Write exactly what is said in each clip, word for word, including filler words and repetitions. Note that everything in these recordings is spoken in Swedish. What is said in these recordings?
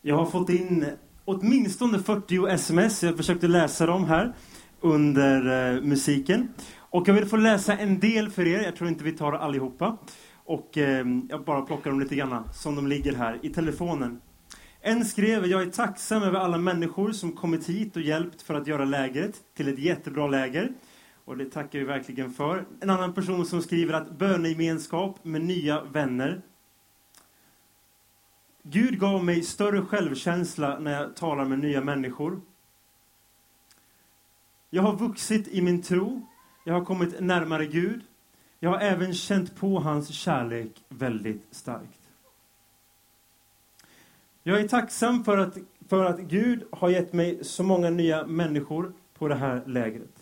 Jag har fått in åtminstone fyrtio sms. Jag försökte läsa dem här under eh, musiken. Och jag vill få läsa en del för er. Jag tror inte vi tar allihopa. Och eh, jag bara plockar dem lite grann som de ligger här i telefonen. En skrev: jag är tacksam över alla människor som kommit hit och hjälpt för att göra lägret till ett jättebra läger. Och det tackar vi verkligen för. En annan person som skriver att bönegemenskap med nya vänner. Gud gav mig större självkänsla när jag talar med nya människor. Jag har vuxit i min tro. Jag har kommit närmare Gud. Jag har även känt på hans kärlek väldigt starkt. Jag är tacksam för att, för att Gud har gett mig så många nya människor på det här lägret.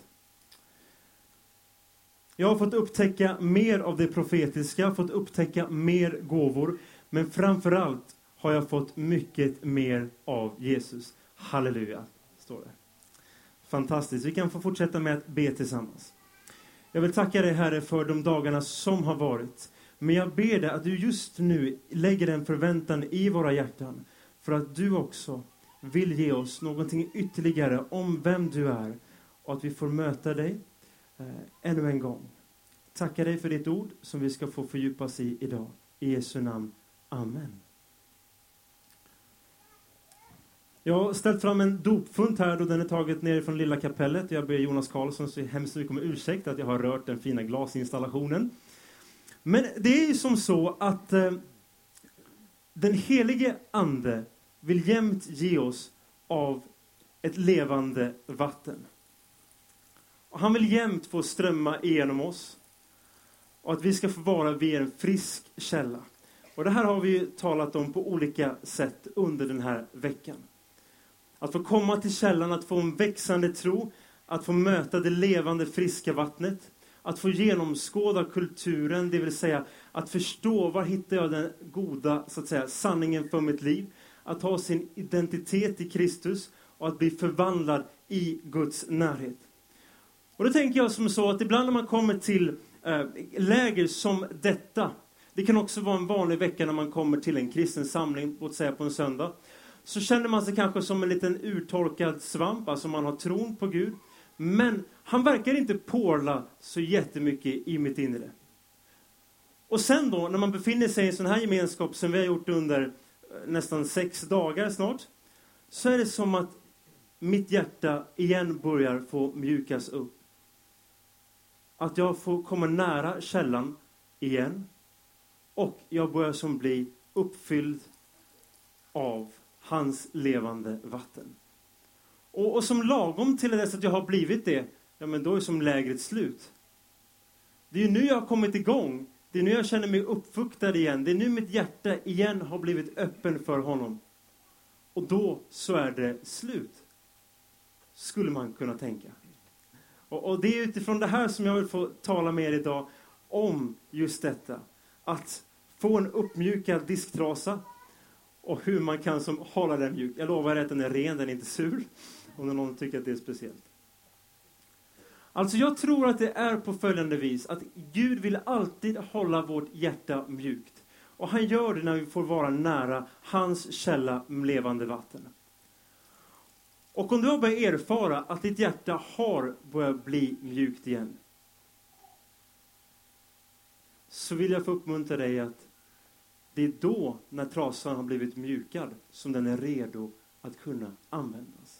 Jag har fått upptäcka mer av det profetiska, fått upptäcka mer gåvor, men framförallt har jag fått mycket mer av Jesus. Halleluja, står det. Fantastiskt. Vi kan få fortsätta med att be tillsammans. Jag vill tacka dig, Herre, för de dagarna som har varit. Men jag ber dig att du just nu lägger en förväntan i våra hjärtan. För att du också vill ge oss någonting ytterligare om vem du är. Och att vi får möta dig eh, ännu en gång. Tackar dig för ditt ord som vi ska få fördjupas i idag. I Jesu namn. Amen. Jag har ställt fram en dopfunt här då den är taget ner från lilla kapellet. Jag ber Jonas Karlsson så hemskt mycket om ursäkt att jag har rört den fina glasinstallationen. Men det är ju som så att eh, den helige ande vill jämt ge oss av ett levande vatten. Och han vill jämt få strömma igenom oss. Och att vi ska få vara vid en frisk källa. Och det här har vi talat om på olika sätt under den här veckan. Att få komma till källan, att få en växande tro. Att få möta det levande friska vattnet. Att få genomskåda kulturen, det vill säga att förstå var hittar jag den goda så att säga, sanningen för mitt liv. Att ha sin identitet i Kristus och att bli förvandlad i Guds närhet. Och då tänker jag som så att ibland när man kommer till äh, läger som detta. Det kan också vara en vanlig vecka när man kommer till en kristen samling, låt säga på en söndag. Så känner man sig kanske som en liten urtorkad svamp, alltså man har tron på Gud. Men han verkar inte porla så jättemycket i mitt inre. Och sen då, när man befinner sig i en sån här gemenskap som vi har gjort under nästan sex dagar snart. Så är det som att mitt hjärta igen börjar få mjukas upp. Att jag får komma nära källan igen. Och jag börjar som bli uppfylld av hans levande vatten. Och, och som lagom till dess att jag har blivit det, ja men då är som lägret slut. Det är ju nu jag har kommit igång. Det är nu jag känner mig uppfuktad igen. Det är nu mitt hjärta igen har blivit öppen för honom. Och då så är det slut. Skulle man kunna tänka. Och, och det är utifrån det här som jag vill få tala med er idag om just detta. Att få en uppmjukad disktrasa. Och hur man kan som hålla den mjuk. Jag lovar att den är ren, den är inte sur. Om någon tycker att det är speciellt. Alltså jag tror att det är på följande vis. Att Gud vill alltid hålla vårt hjärta mjukt. Och han gör det när vi får vara nära hans källa med levande vatten. Och om du har börjat erfara att ditt hjärta har börjat bli mjukt igen. Så vill jag få uppmuntra dig att det är då när trasan har blivit mjukad som den är redo att kunna användas.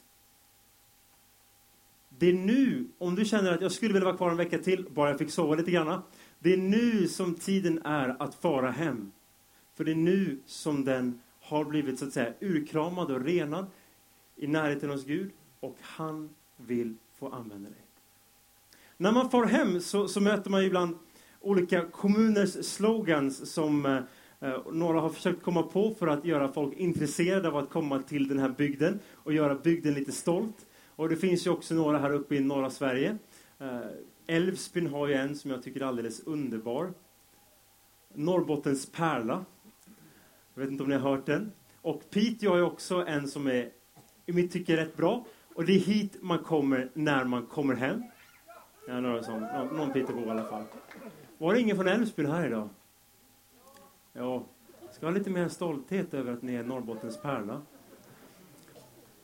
Det är nu, om du känner att jag skulle vilja vara kvar en vecka till, bara jag fick sova lite grann. Det är nu som tiden är att fara hem. För det är nu som den har blivit så att säga urkramad och renad i närheten hos Gud. Och han vill få använda dig. När man far hem så, så möter man ibland olika kommuners slogans som eh, några har försökt komma på för att göra folk intresserade av att komma till den här bygden och göra bygden lite stolt. Och det finns ju också några här uppe i norra Sverige. Eh, Älvsbyn har ju en som jag tycker är alldeles underbar. Norrbottens pärla. Jag vet inte om ni har hört den. Och Piteå har ju också en som är i mitt tycke rätt bra. Och det är hit man kommer när man kommer hem. Ja, några som, någon, någon Piteå i alla fall. Var det ingen från Älvsbyn här idag? Ja, ska ha lite mer stolthet över att ni är Norrbottens pärla.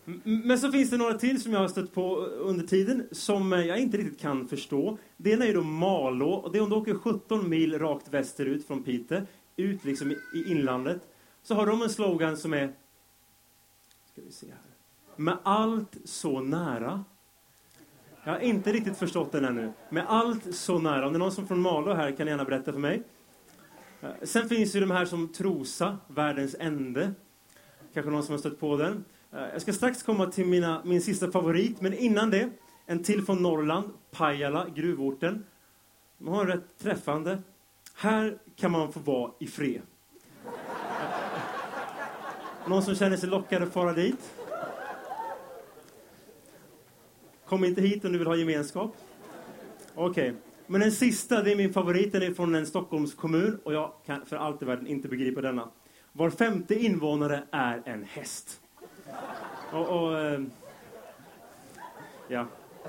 Men så finns det några till som jag har stött på under tiden som jag inte riktigt kan förstå. Det ena är då Malå, och det är om du åker sjutton mil rakt västerut från Piteå, ut liksom i inlandet, så har de en slogan som är, ska vi se här, med allt så nära. Jag har inte riktigt förstått den ännu. Med allt så nära. Om det är någon som från Malå här kan gärna berätta för mig. Sen finns ju de här som Trosa, världens ände. Kanske någon som har stött på den. Jag ska strax komma till mina, min sista favorit. Men innan det, en till från Norrland, Pajala, gruvorten. De har en rätt träffande. Här kan man få vara i fred. Någon som känner sig lockad att fara dit? Kom inte hit om du vill ha gemenskap. Okej. Okay. Men den sista, det är min favorit. Den är från en Stockholms kommun. Och jag kan för allt i världen inte begripa denna. Var femte invånare är en häst. Och, och eh, ja.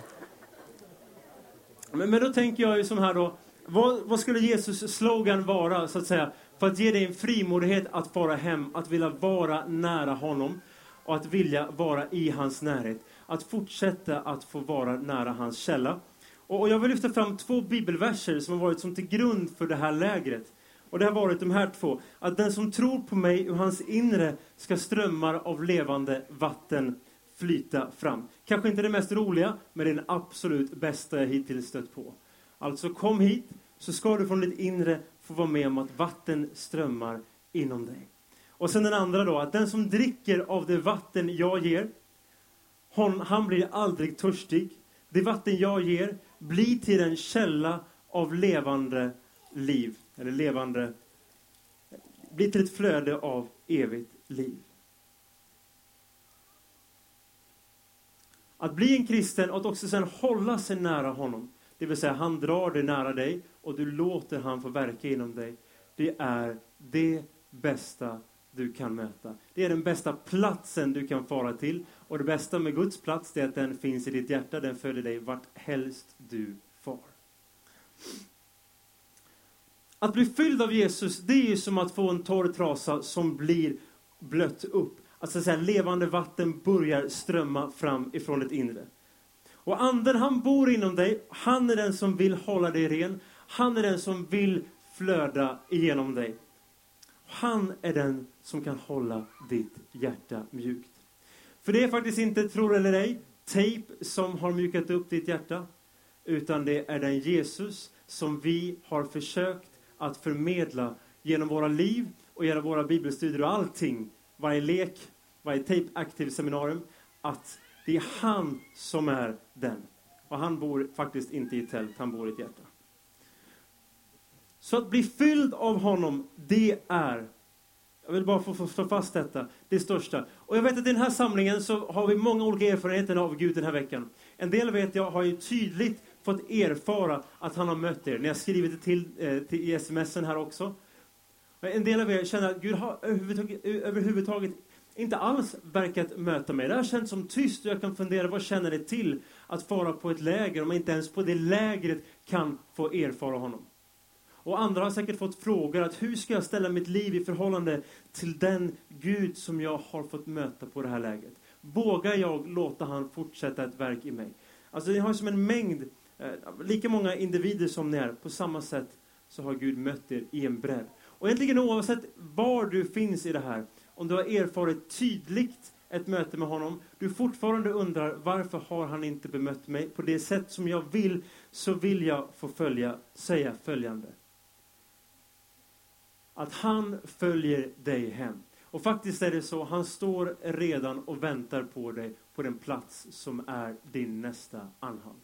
Men, men då tänker jag ju som här då. Vad, vad skulle Jesus slogan vara, så att säga, för att ge dig en frimodighet att fara hem, att vilja vara nära honom och att vilja vara i hans närhet, att fortsätta att få vara nära hans källa. Och, och jag vill lyfta fram två bibelverser som har varit som till grund för det här lägret. Och det har varit de här två. Att den som tror på mig ur hans inre ska strömmar av levande vatten flyta fram. Kanske inte det mest roliga, men det är den absolut bästa jag hittills stött på. Alltså kom hit, så ska du från ditt inre få vara med om att vatten strömmar inom dig. Och sen den andra då, att den som dricker av det vatten jag ger, hon, han blir aldrig törstig. Det vatten jag ger blir till en källa av levande liv. Eller levande, blir till ett flöde av evigt liv. Att bli en kristen och att också sen hålla sig nära honom. Det vill säga han drar dig nära dig och du låter han få verka inom dig. Det är det bästa du kan möta. Det är den bästa platsen du kan fara till. Och det bästa med Guds plats är att den finns i ditt hjärta. Den följer dig vart helst du far. Att bli fylld av Jesus, det är ju som att få en torr trasa som blir blött upp. Att så att säga, levande vatten börjar strömma fram ifrån ditt inre. Och anden, han bor inom dig. Han är den som vill hålla dig ren. Han är den som vill flöda igenom dig. Han är den som kan hålla ditt hjärta mjukt. För det är faktiskt inte, tror eller ej, tejp som har mjukat upp ditt hjärta. Utan det är den Jesus som vi har försökt att förmedla genom våra liv och genom våra bibelstudier och allting. Varje lek, varje tejp-aktiv seminarium. Att det är han som är den. Och han bor faktiskt inte i ett tält, han bor i ett hjärta. Så att bli fylld av honom, det är, jag vill bara få slå fast detta, det största. Och jag vet att i den här samlingen så har vi många olika erfarenheter av Gud den här veckan. En del vet jag har ju tydligt fått erfara att han har mött er. Ni har skrivit det till, eh, till i smsen här också. En del av er känner att Gud har överhuvudtaget, överhuvudtaget inte alls verkat möta mig. Det har känts som tyst och jag kan fundera, vad känner det till att fara på ett läger om man inte ens på det lägret kan få erfara honom? Och andra har säkert fått frågor att hur ska jag ställa mitt liv i förhållande till den Gud som jag har fått möta på det här lägret? Vågar jag låta han fortsätta ett verk i mig? Alltså ni har som en mängd, eh, lika många individer som ni är. På samma sätt så har Gud mött er i en bredd. Och egentligen oavsett var du finns i det här, om du har erfarit tydligt ett möte med honom, du fortfarande undrar varför har han inte bemött mig på det sätt som jag vill, så vill jag få följa, säga följande. Att han följer dig hem. Och faktiskt är det så, han står redan och väntar på dig på den plats som är din nästa anhalt.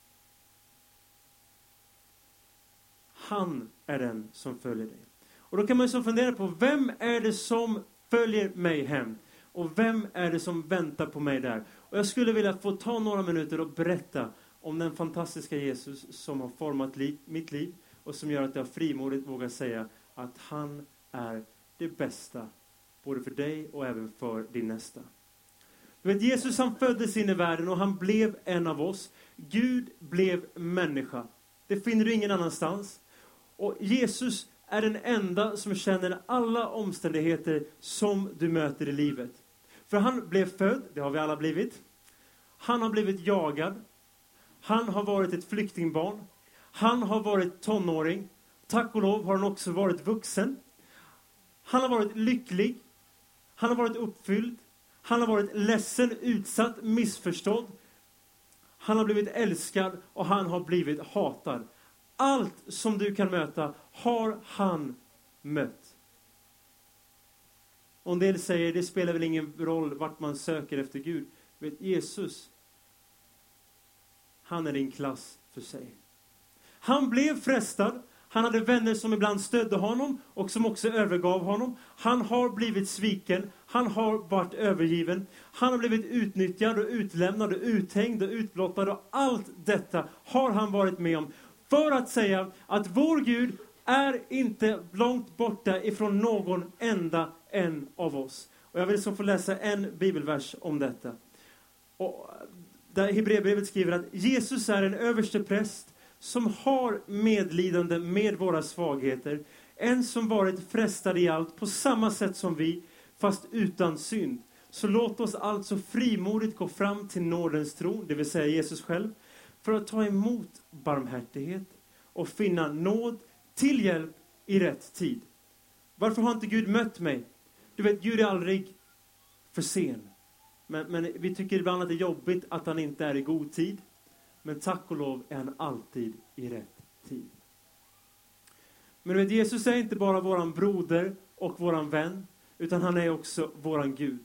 Han är den som följer dig. Och då kan man ju så fundera på, vem är det som följer mig hem? Och vem är det som väntar på mig där? Och jag skulle vilja få ta några minuter och berätta om den fantastiska Jesus som har format liv, mitt liv. Och som gör att jag frimodigt vågar säga att han är det bästa. Både för dig och även för din nästa. Du vet, Jesus han föddes in i världen och han blev en av oss. Gud blev människa. Det finner du ingen annanstans. Och Jesus är den enda som känner alla omständigheter som du möter i livet. För han blev född, det har vi alla blivit. Han har blivit jagad. Han har varit ett flyktingbarn. Han har varit tonåring. Tack och lov har han också varit vuxen. Han har varit lycklig. Han har varit uppfylld. Han har varit ledsen, utsatt, missförstådd. Han har blivit älskad och han har blivit hatad. Allt som du kan möta har han mött. Och en del säger, det spelar väl ingen roll vart man söker efter Gud. Vet, Jesus, han är din klass för sig. Han blev frestad. Han hade vänner som ibland stödde honom och som också övergav honom. Han har blivit sviken. Han har varit övergiven. Han har blivit utnyttjad och utlämnad och uthängd och utblottad. Och allt detta har han varit med om. För att säga att vår Gud är inte långt borta ifrån någon enda en av oss. Och jag vill så få läsa en bibelvers om detta. Och där Hebreerbrevet skriver att Jesus är en överste präst som har medlidande med våra svagheter. En som varit frestad i allt på samma sätt som vi, fast utan synd. Så låt oss alltså frimodigt gå fram till nådens tron, det vill säga Jesus själv, för att ta emot barmhärtighet och finna nåd till hjälp i rätt tid. Varför har inte Gud mött mig? Du vet, Gud är aldrig för sen. Men, men vi tycker ibland att det är jobbigt att han inte är i god tid. Men tack och lov är han alltid i rätt tid. Men du vet, Jesus är inte bara våran broder och våran vän, utan han är också våran Gud.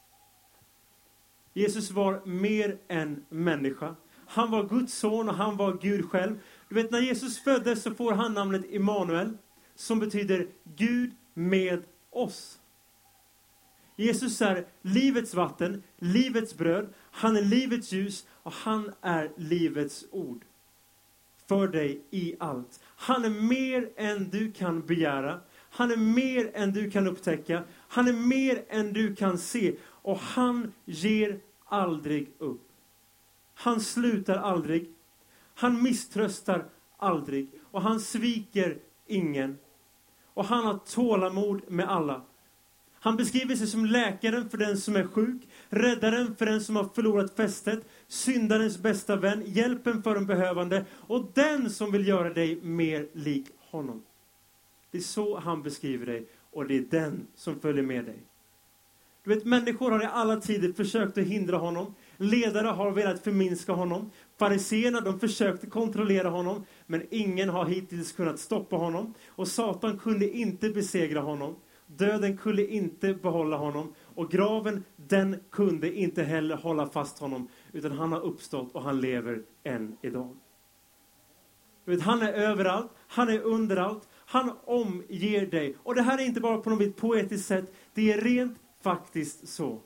Jesus var mer än människa. Han var Guds son och han var Gud själv. Du vet, när Jesus föddes så får han namnet Immanuel, som betyder Gud med oss. Jesus är livets vatten, livets bröd, han är livets ljus och han är livets ord. För dig i allt. Han är mer än du kan begära. Han är mer än du kan upptäcka. Han är mer än du kan se. Och han ger aldrig upp. Han slutar aldrig. Han misströstar aldrig. Och han sviker ingen. Och han har tålamod med alla. Han beskriver sig som läkaren för den som är sjuk, räddaren för den som har förlorat fästet, syndarens bästa vän, hjälpen för den behövande och den som vill göra dig mer lik honom. Det är så han beskriver dig och det är den som följer med dig. Du vet, människor har i alla tider försökt att hindra honom. Ledare har velat förminska honom. Fariseerna, de försökte kontrollera honom, men ingen har hittills kunnat stoppa honom. Och Satan kunde inte besegra honom. Döden kunde inte behålla honom. Och graven, den kunde inte heller hålla fast honom. Utan han har uppstått och han lever än idag. Du vet, han är överallt. Han är underallt. Han omger dig. Och det här är inte bara på något poetiskt sätt. Det är rent faktiskt så.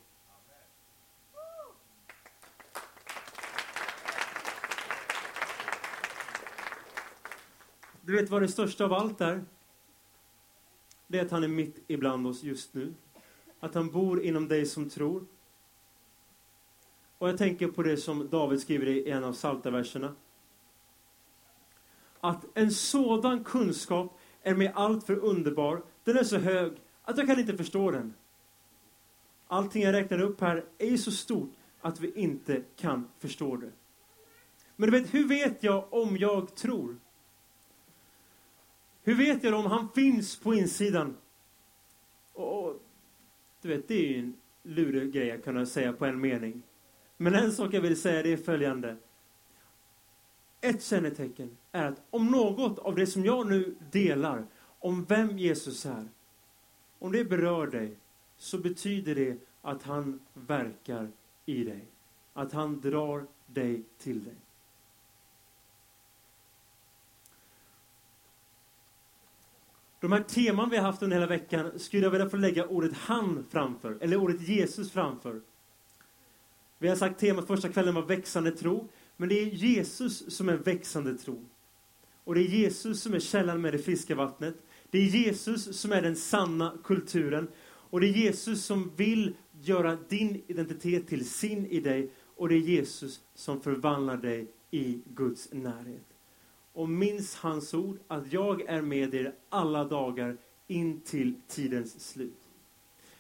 Du vet vad det största av allt är? Det är att han är mitt ibland oss just nu. Att han bor inom dig som tror. Och jag tänker på det som David skriver i en av Psaltarverserna. Att en sådan kunskap är med allt för underbar. Den är så hög att jag kan inte förstå den. Allting jag räknar upp här är så stort att vi inte kan förstå det. Men du vet, hur vet jag om jag tror? Hur vet jag om han finns på insidan? Och, och du vet, det är ju en lurig grej att kunna säga på en mening. Men en sak jag vill säga, det är följande. Ett kännetecken är att om något av det som jag nu delar om vem Jesus är, om det berör dig, så betyder det att han verkar i dig. Att han drar dig till dig. De här teman vi har haft under hela veckan skulle jag vilja få lägga ordet han framför. Eller ordet Jesus framför. Vi har sagt temat första kvällen var växande tro. Men det är Jesus som är växande tro. Och det är Jesus som är källan med det friska vattnet. Det är Jesus som är den sanna kulturen. Och det är Jesus som vill göra din identitet till sin i dig. Och det är Jesus som förvandlar dig i Guds närhet. Och minns hans ord att jag är med er alla dagar in till tidens slut.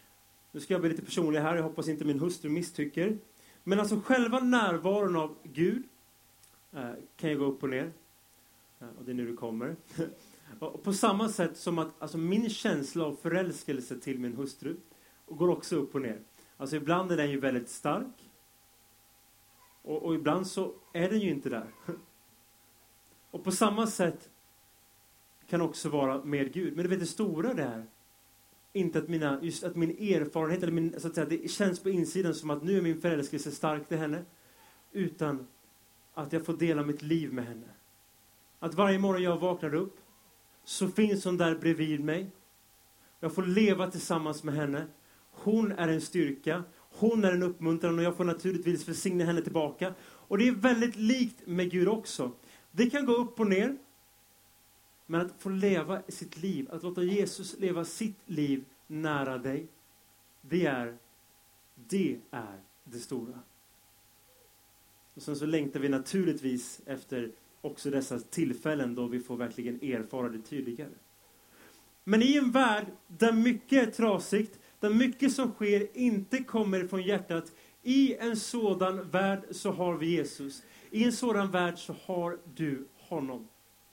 Nu ska jag bli lite personlig här. Jag hoppas inte min hustru misstycker. Men alltså själva närvaron av Gud eh, kan jag gå upp och ner. Eh, och det är nu det kommer. Och på samma sätt som att alltså, min känsla av förälskelse till min hustru går också upp och ner. Alltså ibland är den ju väldigt stark. Och, och ibland så är den ju inte där. Och på samma sätt kan också vara med Gud. Men du vet det stora där. Inte att, mina, just att min erfarenhet, eller min, så att säga, det känns på insidan som att nu är min förälskelse stark till henne. Utan att jag får dela mitt liv med henne. Att varje morgon jag vaknar upp så finns hon där bredvid mig. Jag får leva tillsammans med henne. Hon är en styrka. Hon är en uppmuntran och jag får naturligtvis försigna henne tillbaka. Och det är väldigt likt med Gud också. Det kan gå upp och ner. Men att få leva sitt liv, att låta Jesus leva sitt liv nära dig. Det är, det är det stora. Och sen så längtar vi naturligtvis efter också dessa tillfällen då vi får verkligen erfara det tydligare. Men i en värld där mycket är trasigt, där mycket som sker inte kommer från hjärtat, i en sådan värld så har vi Jesus. I en sådan värld så har du honom.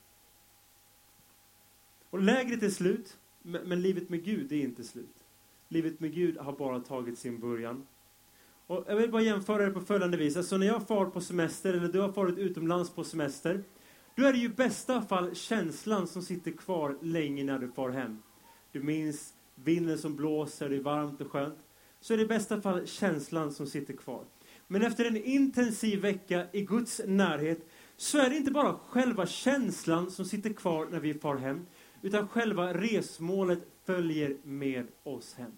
Och lägret är slut, men livet med Gud är inte slut. Livet med Gud har bara tagit sin början. Och jag vill bara jämföra det på följande vis. Alltså när jag far på semester, eller du har farit utomlands på semester, då är det ju i bästa fall känslan som sitter kvar länge när du far hem. Du minns vinden som blåser, det är varmt och skönt. Så är det i bästa fall känslan som sitter kvar. Men efter en intensiv vecka i Guds närhet så är det inte bara själva känslan som sitter kvar när vi far hem. Utan själva resmålet följer med oss hem.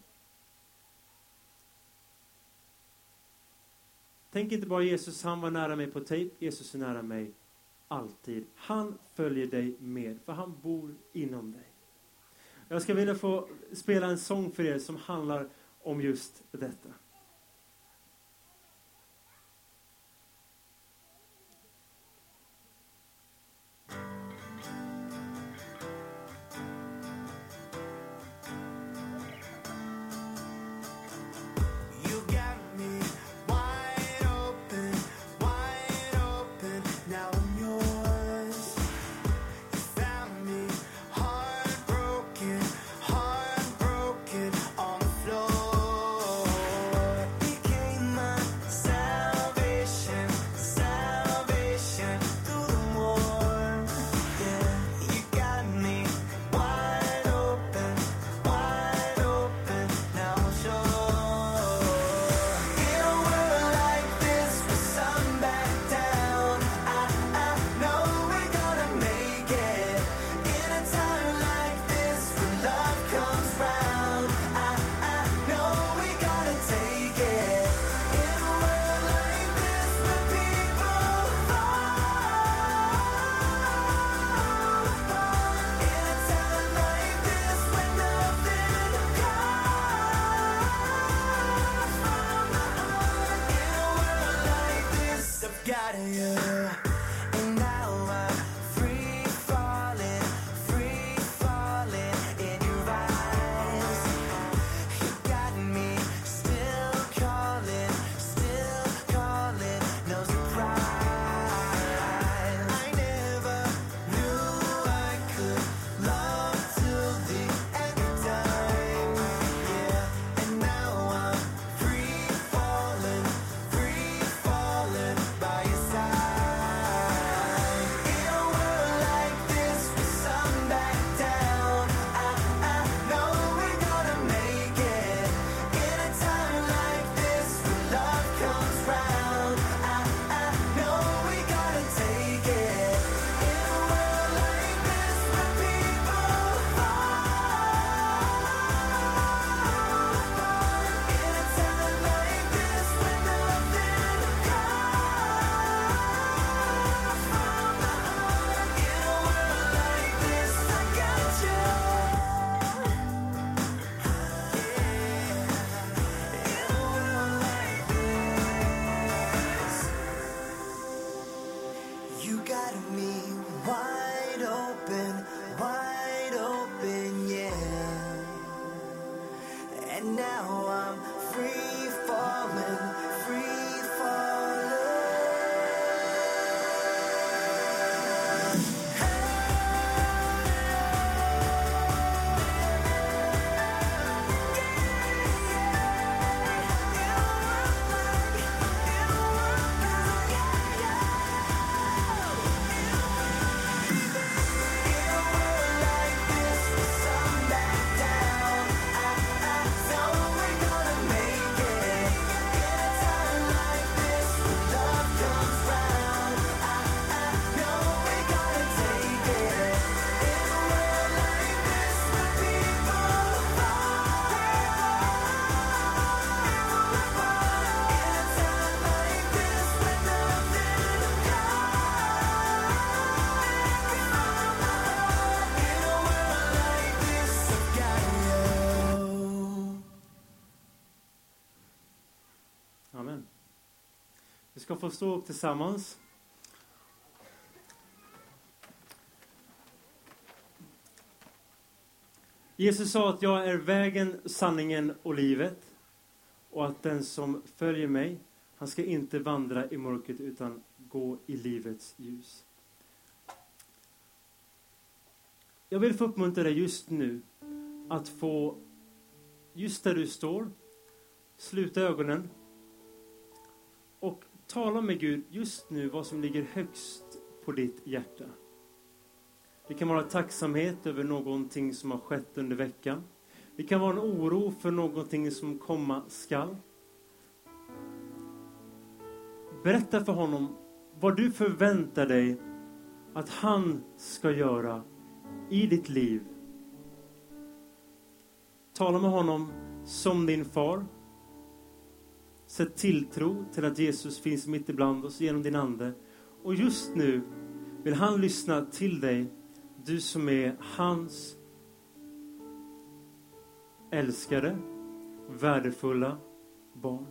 Tänk inte bara Jesus, han var nära mig på tejp. Jesus är nära mig alltid. Han följer dig med, för han bor inom dig. Jag ska vilja få spela en sång för er som handlar om just detta. Heartbroken on the floor. Amen. Vi ska få stå upp tillsammans. Jesus sa att jag är vägen, sanningen och livet. Och att den som följer mig, han ska inte vandra i mörkret utan gå i livets ljus. Jag vill få uppmuntra dig just nu att få, just där du står, sluta ögonen och tala med Gud just nu vad som ligger högst på ditt hjärta. Det kan vara tacksamhet över någonting som har skett under veckan. Det kan vara en oro för någonting som komma skall. Berätta för honom vad du förväntar dig att han ska göra i ditt liv. Tala med honom som din far. Sätt tilltro till att Jesus finns mitt ibland oss genom din ande. Och just nu vill han lyssna till dig, du som är hans älskade, värdefulla barn.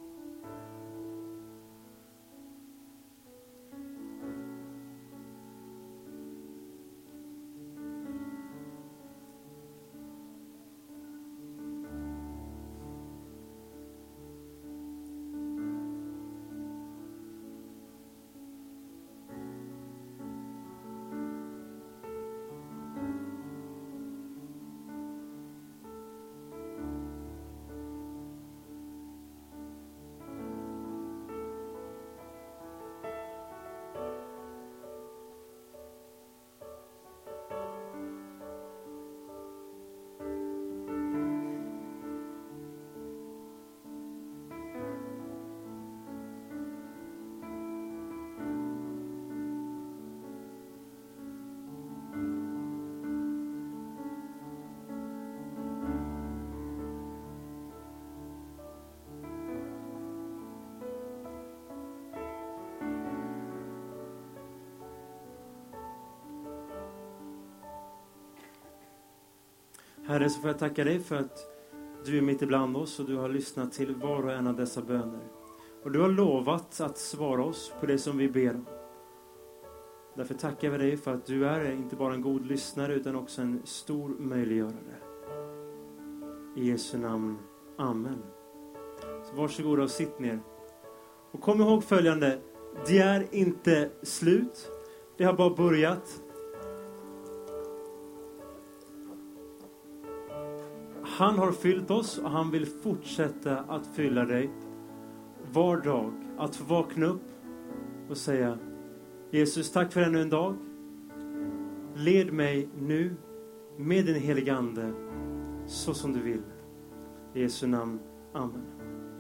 Herre, så får jag tacka dig för att du är mitt ibland oss och du har lyssnat till var och en av dessa böner. Och du har lovat att svara oss på det som vi ber om. Därför tackar vi dig för att du är inte bara en god lyssnare utan också en stor möjliggörare. I Jesu namn, amen. Så varsågoda och sitt ner. Och kom ihåg följande, det är inte slut. Det har bara börjat. Han har fyllt oss och han vill fortsätta att fylla dig var dag. Att få vakna upp och säga, Jesus, tack för ännu en dag. Led mig nu med din heliga ande så som du vill. I Jesu namn, amen.